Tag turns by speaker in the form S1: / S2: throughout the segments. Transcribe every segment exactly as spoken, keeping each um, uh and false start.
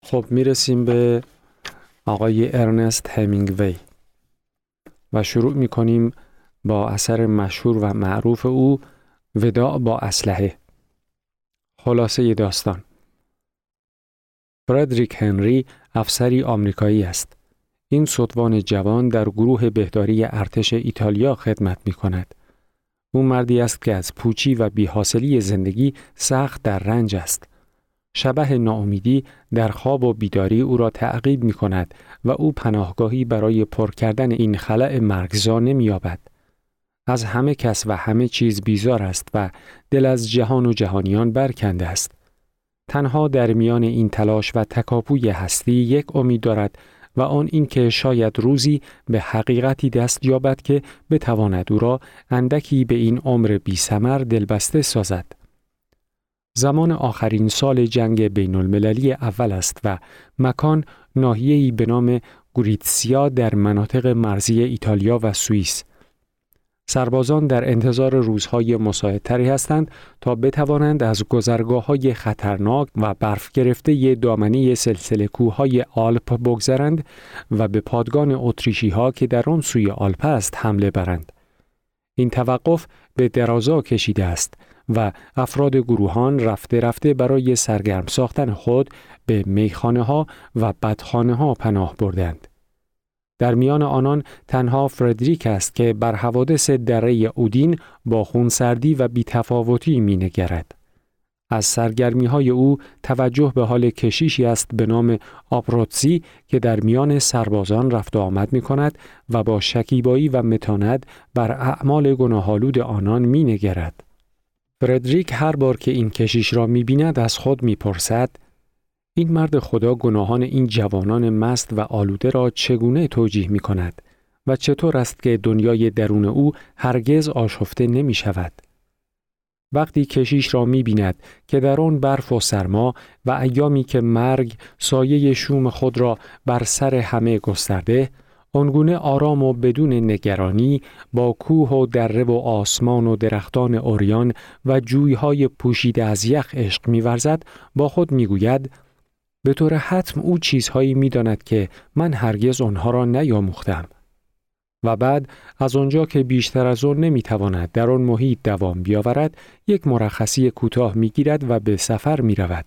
S1: خب میرسیم به آقای ارنست همینگوی و شروع میکنیم با اثر مشهور و معروف او، وداع با اسلحه. خلاصه داستان: فردریک هنری افسری آمریکایی است. این ستوان جوان در گروه بهداری ارتش ایتالیا خدمت می کند. او مردی است که از پوچی و بی‌حاصلی زندگی سخت در رنج است. شبح ناامیدی در خواب و بیداری او را تعقیب می کند و او پناهگاهی برای پر کردن این خلأ مرگزا نمی یابد. از همه کس و همه چیز بیزار است و دل از جهان و جهانیان برکنده است. تنها در میان این تلاش و تکاپوی هستی یک امید دارد و آن این که شاید روزی به حقیقتی دست یابد که بتواند او را اندکی به این عمر بی ثمر دلبسته سازد. زمان آخرین سال جنگ بین المللی اول است و مکان ناحیه‌ای به نام گوریتسیا در مناطق مرزی ایتالیا و سوئیس. سربازان در انتظار روزهای مساعدتری هستند تا بتوانند از گذرگاه‌های خطرناک و برف گرفته دامنه سلسله کوه‌های آلپ بگذرند و به پادگان اتریشی‌ها که در آن سوی آلپ است حمله برند. این توقف به درازا کشیده است و افراد گروهان رفته رفته برای سرگرم ساختن خود به میخانه‌ها و بدخانه‌ها پناه بردند. در میان آنان تنها فردریک است که بر حوادث دره اودین با خونسردی و بی‌تفاوتی می‌نگرد. از سرگرمی‌های او توجه به حال کشیشی است به نام آپروتزی که در میان سربازان رفت و آمد می‌کند و با شکیبایی و متانت بر اعمال گناه‌آلود آنان می‌نگرد. فردریک هر بار که این کشیش را می‌بیند از خود می‌پرسد: این مرد خدا گناهان این جوانان مست و آلوده را چگونه توجیه می کند و چطور است که دنیای درون او هرگز آشفته نمی شود؟ وقتی کشیش را می بیند که در آن برف و سرما و ایامی که مرگ سایه شوم خود را بر سر همه گسترده، آنگونه آرام و بدون نگرانی با کوه و دره و آسمان و درختان عریان و جویهای پوشیده از یخ عشق می ورزد، با خود می گوید: به طور حتم او چیزهایی می داند که من هرگز آنها را نیاموختم. و بعد از آنجا که بیشتر از آن نمی تواند در آن محیط دوام بیاورد، یک مرخصی کوتاه می گیرد و به سفر می رود.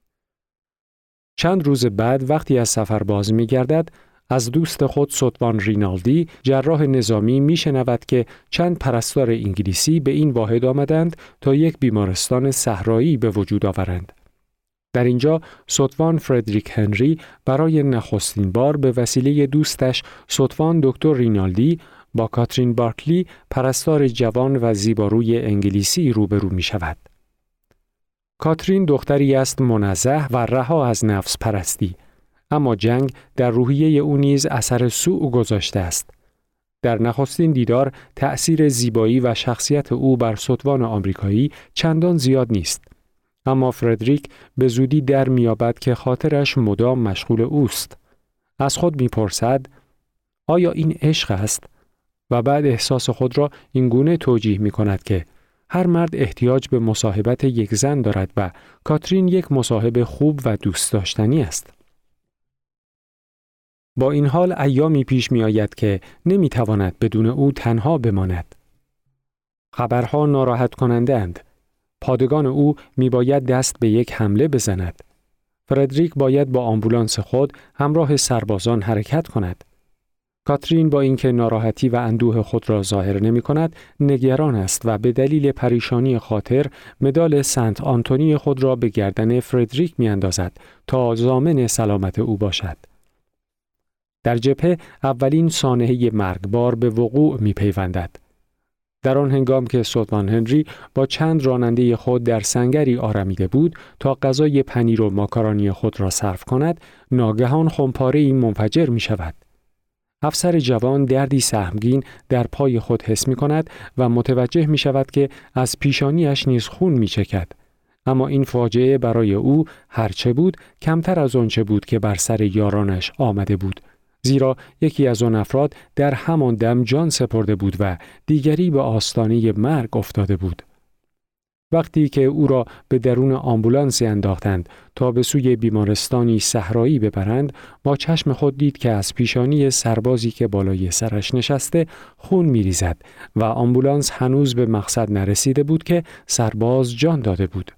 S1: چند روز بعد وقتی از سفر باز می گردد، از دوست خود ستوان رینالدی جراح نظامی می شنود که چند پرستار انگلیسی به این واحد آمدند تا یک بیمارستان صحرایی به وجود آورند. در اینجا ستوان فردریک هنری برای نخستین بار به وسیله دوستش ستوان دکتر رینالدی با کاترین بارکلی پرستار جوان و زیباروی انگلیسی روبرو می شود. کاترین دختری است منزه و رها از نفس پرستی، اما جنگ در روحیه او نیز اثر سوء گذاشته است. در نخستین دیدار تأثیر زیبایی و شخصیت او بر ستوان آمریکایی چندان زیاد نیست. اما فردریک به زودی در میابد که خاطرش مدام مشغول اوست. از خود میپرسد: آیا این عشق است؟ و بعد احساس خود را اینگونه توجیه میکند که هر مرد احتیاج به مصاحبت یک زن دارد و کاترین یک مصاحب خوب و دوست داشتنی است. با این حال ایامی پیش میآید که نمیتواند بدون او تنها بماند. خبرها ناراحت کننده اند. پادگان او میباید دست به یک حمله بزند. فردریک باید با آمبولانس خود همراه سربازان حرکت کند. کاترین با اینکه ناراحتی و اندوه خود را ظاهر نمی کند، نگران است و به دلیل پریشانی خاطر مدال سنت آنتونی خود را به گردن فردریک می اندازد تا ضامن سلامت او باشد. در جبهه اولین سانحه مرگبار به وقوع می پیوندد. در آن هنگام که ستوان هنری با چند راننده خود در سنگری آرمیده بود تا غذای پنیر و ماکارونی خود را صرف کند، ناگهان خمپاره‌ای منفجر می شود. افسر جوان دردی سهمگین در پای خود حس می کند و متوجه می شود که از پیشانیش نیز خون می چکد. اما این فاجعه برای او هرچه بود کمتر از آنچه بود که بر سر یارانش آمده بود، زیرا یکی از آن افراد در همان دم جان سپرده بود و دیگری به آستانه مرگ افتاده بود. وقتی که او را به درون آمبولانسی انداختند تا به سوی بیمارستانی صحرایی ببرند، با چشم خود دید که از پیشانی سربازی که بالای سرش نشسته خون می‌ریزد و آمبولانس هنوز به مقصد نرسیده بود که سرباز جان داده بود.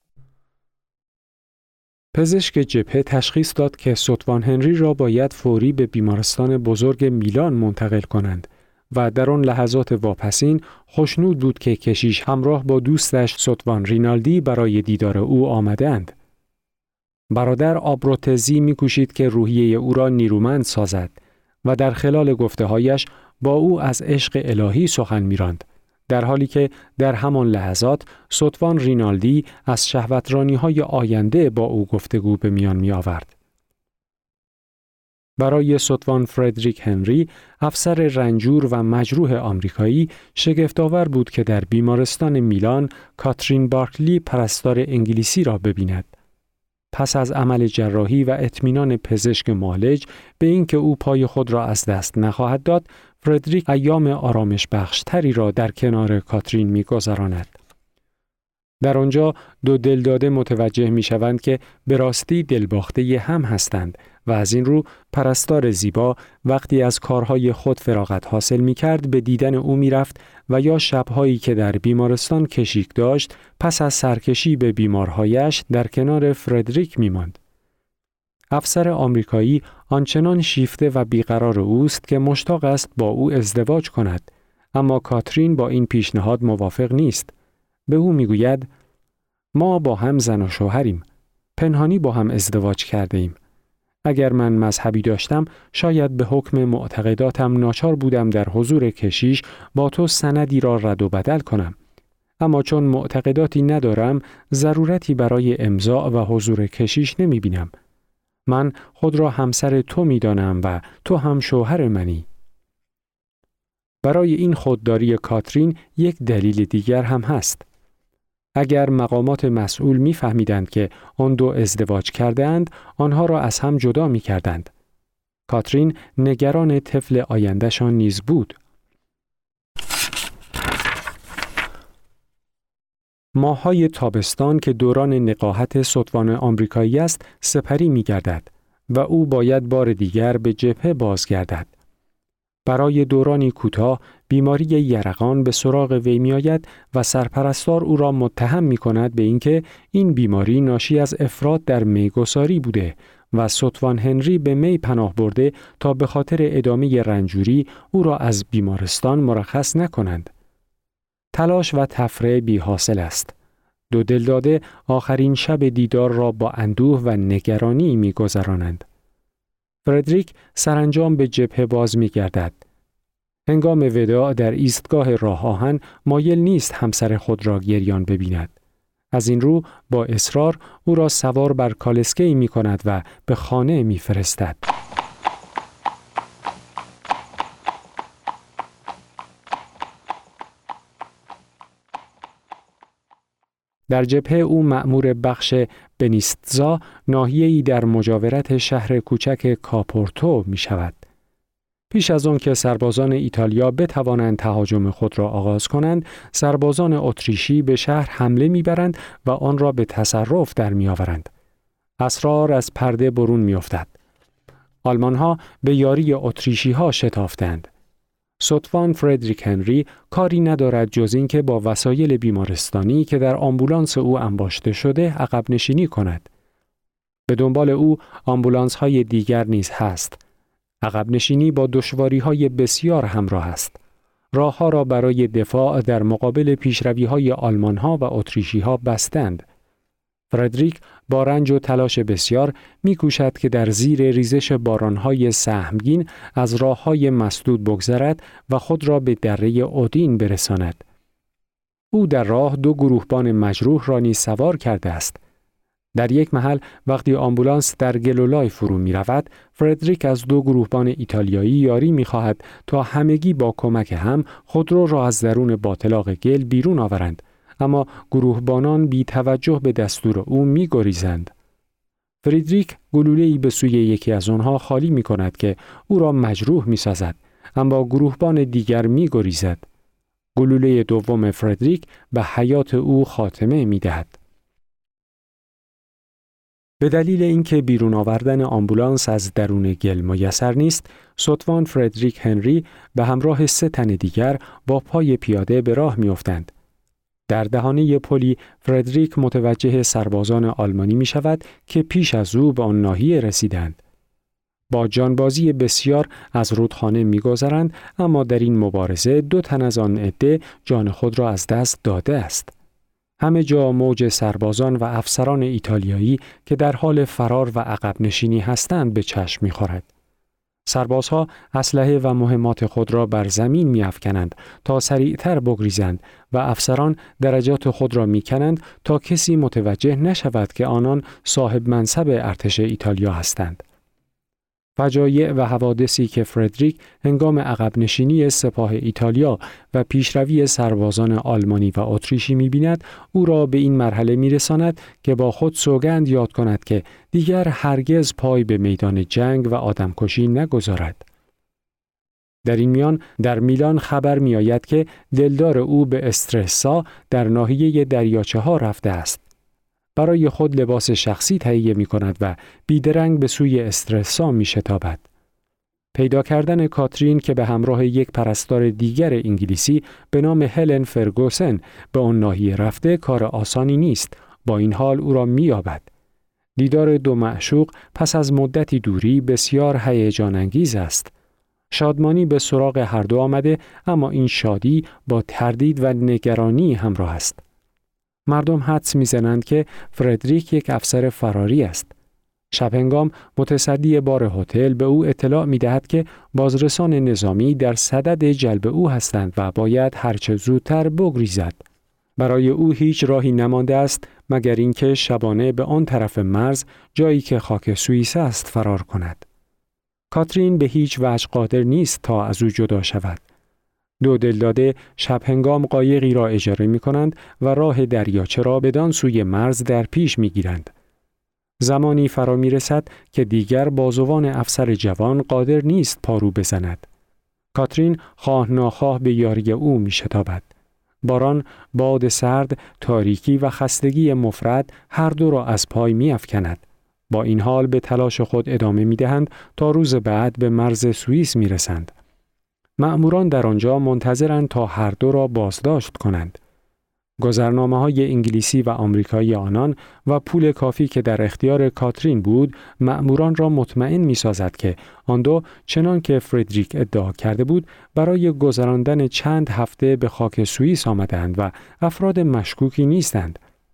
S1: پزشک جبهه تشخیص داد که ستوان هنری را باید فوری به بیمارستان بزرگ میلان منتقل کنند و در آن لحظات واپسین خوشنود بود که کشیش همراه با دوستش ستوان رینالدی برای دیدار او آمدند. برادر آبروتزی می‌کوشید که روحیه او را نیرومند سازد و در خلال گفته‌هایش با او از عشق الهی سخن می‌راند، در حالی که در همان لحظات ستوان رینالدی از شهوترانی‌های آینده با او گفتگو به میان می‌آورد. برای ستوان فردریک هنری، افسر رنجور و مجروح آمریکایی، شگفت‌آور بود که در بیمارستان میلان کاترین بارکلی پرستار انگلیسی را ببیند. پس از عمل جراحی و اطمینان پزشک معالج به اینکه او پای خود را از دست نخواهد داد، فردریک ایام آرامش بخشتری را در کنار کاترین می‌گذراند. در آنجا دو دلداده متوجه می‌شوند که به راستی دلباخته هم هستند و از این رو پرستار زیبا وقتی از کارهای خود فراغت حاصل می‌کرد به دیدن او می‌رفت و یا شب‌هایی که در بیمارستان کشیک داشت پس از سرکشی به بیمارهایش در کنار فردریک می‌ماند. افسر آمریکایی آنچنان شیفته و بیقرار اوست که مشتاق است با او ازدواج کند، اما کاترین با این پیشنهاد موافق نیست. به او میگوید ما با هم زن و شوهریم، پنهانی با هم ازدواج کرده ایم. اگر من مذهبی داشتم شاید به حکم معتقداتم ناچار بودم در حضور کشیش با تو سندی را رد و بدل کنم، اما چون معتقداتی ندارم ضرورتی برای امضا و حضور کشیش نمی بینم. من خود را همسر تو می دانم و تو هم شوهر منی. برای این خودداری کاترین یک دلیل دیگر هم هست. اگر مقامات مسئول می فهمیدند که آن دو ازدواج کرده اند، آنها را از هم جدا می کردند. کاترین نگران طفل آیندهشان نیز بود. ماه‌های تابستان که دوران نقاهت ستوان آمریکایی است، سپری می گردد و او باید بار دیگر به جبهه بازگردد. برای دورانی کوتاه بیماری یرقان به سراغ وی می آید و سرپرستار او را متهم می کند به اینکه این بیماری ناشی از افراط در میگساری بوده و ستوان هنری به می پناه برده تا به خاطر ادامه رنجوری او را از بیمارستان مرخص نکنند. تلاش و تفره بی حاصل است. دو دلداده آخرین شب دیدار را با اندوه و نگرانی می گذرانند. فردریک سرانجام به جبهه باز می گردد. هنگام وداع در ایستگاه راه آهن مایل نیست همسر خود را گریان ببیند. از این رو با اصرار او را سوار بر کالسکه‌ای می کند و به خانه می فرستد. در جبهه او مأمور بخش بنیستزا ناحیه‌ای در مجاورت شهر کوچک کاپورتو می شود. پیش از آن که سربازان ایتالیا بتوانند تهاجم خود را آغاز کنند، سربازان اتریشی به شهر حمله می‌برند و آن را به تصرف در می‌آورند. اسرار از پرده برون می‌افتد. آلمان‌ها به یاری اتریشی‌ها شتافتند. ستوان فردریک هنری کاری ندارد جز اینکه با وسایل بیمارستانی که در آمبولانس او انباشته شده عقب نشینی کند. به دنبال او آمبولانس‌های دیگر نیز هست. عقب نشینی با دشواری‌های بسیار همراه است. راه‌ها را برای دفاع در مقابل پیشروی‌های آلمان‌ها و اتریشی‌ها بستند. فردریک با رنج و تلاش بسیار می‌کوشد که در زیر ریزش باران‌های سهمگین از راه‌های مسدود بگذرد و خود را به دره اودین برساند. او در راه دو گروهبان مجروح را نیز سوار کرده است. در یک محل وقتی آمبولانس در گلولای فرو می رود، فردریک از دو گروهبان ایتالیایی یاری می خواهد تا همگی با کمک هم خودرو را از درون باطلاق گل بیرون آورند، اما گروهبانان بی توجه به دستور او می گریزند. فردریک گلوله‌ای به سوی یکی از آنها خالی می کند که او را مجروح می سازد، اما گروهبان دیگر می گریزد. گلوله دوم فردریک به حیات او خاتمه می‌دهد. به دلیل اینکه بیرون آوردن آمبولانس از درون گل میسر نیست، ستوان فردریک هنری به همراه سه تن دیگر با پای پیاده به راه می‌افتند. در دهانه پلی فردریک متوجه سربازان آلمانی می شود که پیش از او به آن ناحیه رسیدند. با جانبازی بسیار از رودخانه می گذرند، اما در این مبارزه دو تن از آن عده جان خود را از دست داده است. همه جا موج سربازان و افسران ایتالیایی که در حال فرار و عقب نشینی هستند به چشم می خورد. سربازها اسلحه و مهمات خود را بر زمین می‌افکنند تا سریعتر بگریزند و افسران درجات خود را می‌کنند تا کسی متوجه نشود که آنان صاحب منصب ارتش ایتالیا هستند. فجایع و حوادثی که فردریک هنگام عقب نشینی سپاه ایتالیا و پیشروی سربازان آلمانی و اتریشی می‌بیند، او را به این مرحله می‌رساند که با خود سوگند یاد کند که دیگر هرگز پای به میدان جنگ و آدمکشی نگذارد. در این میان در میلان خبر می‌آید که دلدار او به استرسا در ناحیه دریاچه‌ها رفته است. برای خود لباس شخصی تهیه می کند و بیدرنگ به سوی استرسا می شتابد. پیدا کردن کاترین که به همراه یک پرستار دیگر انگلیسی به نام هلن فرگوسن به آن ناحیه رفته کار آسانی نیست. با این حال او را می یابد. دیدار دو معشوق پس از مدتی دوری بسیار هیجان انگیز است. شادمانی به سراغ هر دو آمده، اما این شادی با تردید و نگرانی همراه است. مردم حدس می‌زنند که فردریک یک افسر فراری است. شبهنگام متصدی بار هتل به او اطلاع می‌دهد که بازرسان نظامی در صدد جلب او هستند و باید هرچه زودتر بگریزد. برای او هیچ راهی نمانده است مگر اینکه شبانه به آن طرف مرز، جایی که خاک سوئیس است، فرار کند. کاترین به هیچ وجه قادر نیست تا از او جدا شود. دو دلداده شب هنگام قایقی را اجاره می کنند و راه دریاچه را بدان سوی مرز در پیش می گیرند. زمانی فرا می رسد که دیگر بازوان افسر جوان قادر نیست پارو بزند. کاترین خواه ناخواه به یاری او می شتابد. باران، باد سرد، تاریکی و خستگی مفرد هر دو را از پای می افکند. با این حال به تلاش خود ادامه می دهند تا روز بعد به مرز سوئیس می رسند. مأموران در آنجا منتظرند تا هر دو را بازداشت کنند. گذرنامه‌های انگلیسی و آمریکایی آنان و پول کافی که در اختیار کاترین بود، مأموران را مطمئن می‌سازد که آن دو چنان که فردریک ادعا کرده بود، برای گذراندن چند هفته به خاک سوئیس آمدند و افراد مشکوکی نیستند.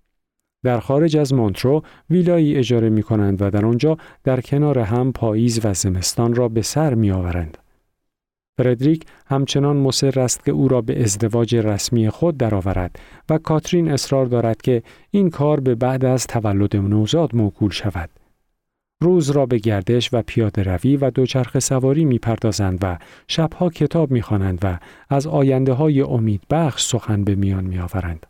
S1: در خارج از مونترو ویلایی اجاره می‌کنند و در آنجا در کنار هم پاییز و زمستان را به سر می‌آورند. فردریک همچنان مصر است که او را به ازدواج رسمی خود درآورد و کاترین اصرار دارد که این کار به بعد از تولد نوزاد موکول شود. روز را به گردش و پیاده روی و دوچرخه سواری می پردازند و شبها کتاب می خوانند و از آینده های امید بخش سخن به میان می آورند.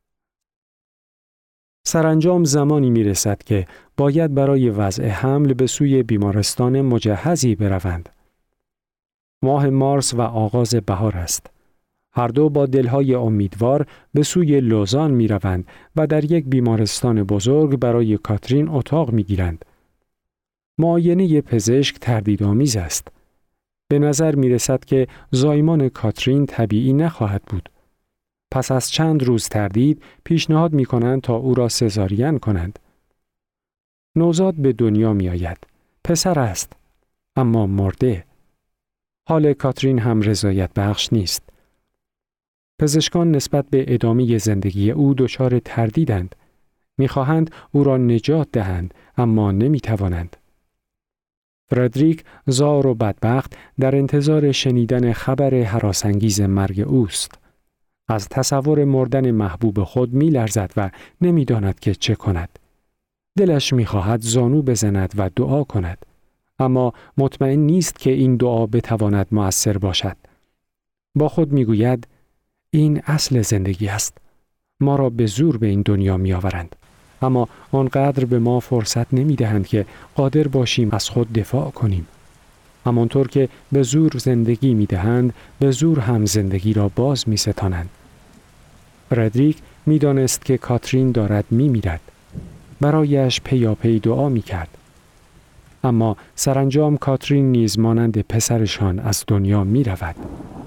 S1: سرانجام زمانی می رسد که باید برای وضع حمل به سوی بیمارستان مجهزی بروند. ماه مارس و آغاز بهار است. هر دو با دلهای امیدوار به سوی لوزان می روند و در یک بیمارستان بزرگ برای کاترین اتاق می گیرند. معاینه پزشک تردیدآمیز است. به نظر می رسد که زایمان کاترین طبیعی نخواهد بود. پس از چند روز تردید پیشنهاد می کنند تا او را سزارین کنند. نوزاد به دنیا می آید. پسر است، اما مرده. حال کاترین هم رضایت بخش نیست. پزشکان نسبت به ادامه زندگی او دچار تردیدند. می‌خواهند او را نجات دهند، اما نمی‌توانند. فردریک زار و بدبخت در انتظار شنیدن خبر هراس‌انگیز مرگ اوست. از تصور مردن محبوب خود می‌لرزد و نمی‌داند که چه کند. دلش می‌خواهد زانو بزند و دعا کند. اما مطمئن نیست که این دعا بتواند مؤثر باشد. با خود میگوید این اصل زندگی است. ما را به زور به این دنیا می آورند. اما آنقدر به ما فرصت نمی دهند که قادر باشیم از خود دفاع کنیم. همانطور که به زور زندگی می دهند، به زور هم زندگی را باز می ستانند. فردریک می دانست که کاترین دارد می میرد. برایش پیاپی دعا می کرد. اما سرانجام کاترین نیز مانند پسرشان از دنیا می رود.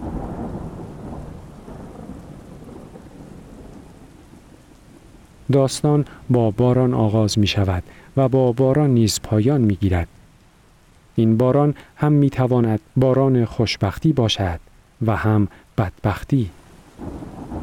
S1: داستان با باران آغاز می شود و با باران نیز پایان می گیرد. این باران هم می تواند باران خوشبختی باشد و هم بدبختی.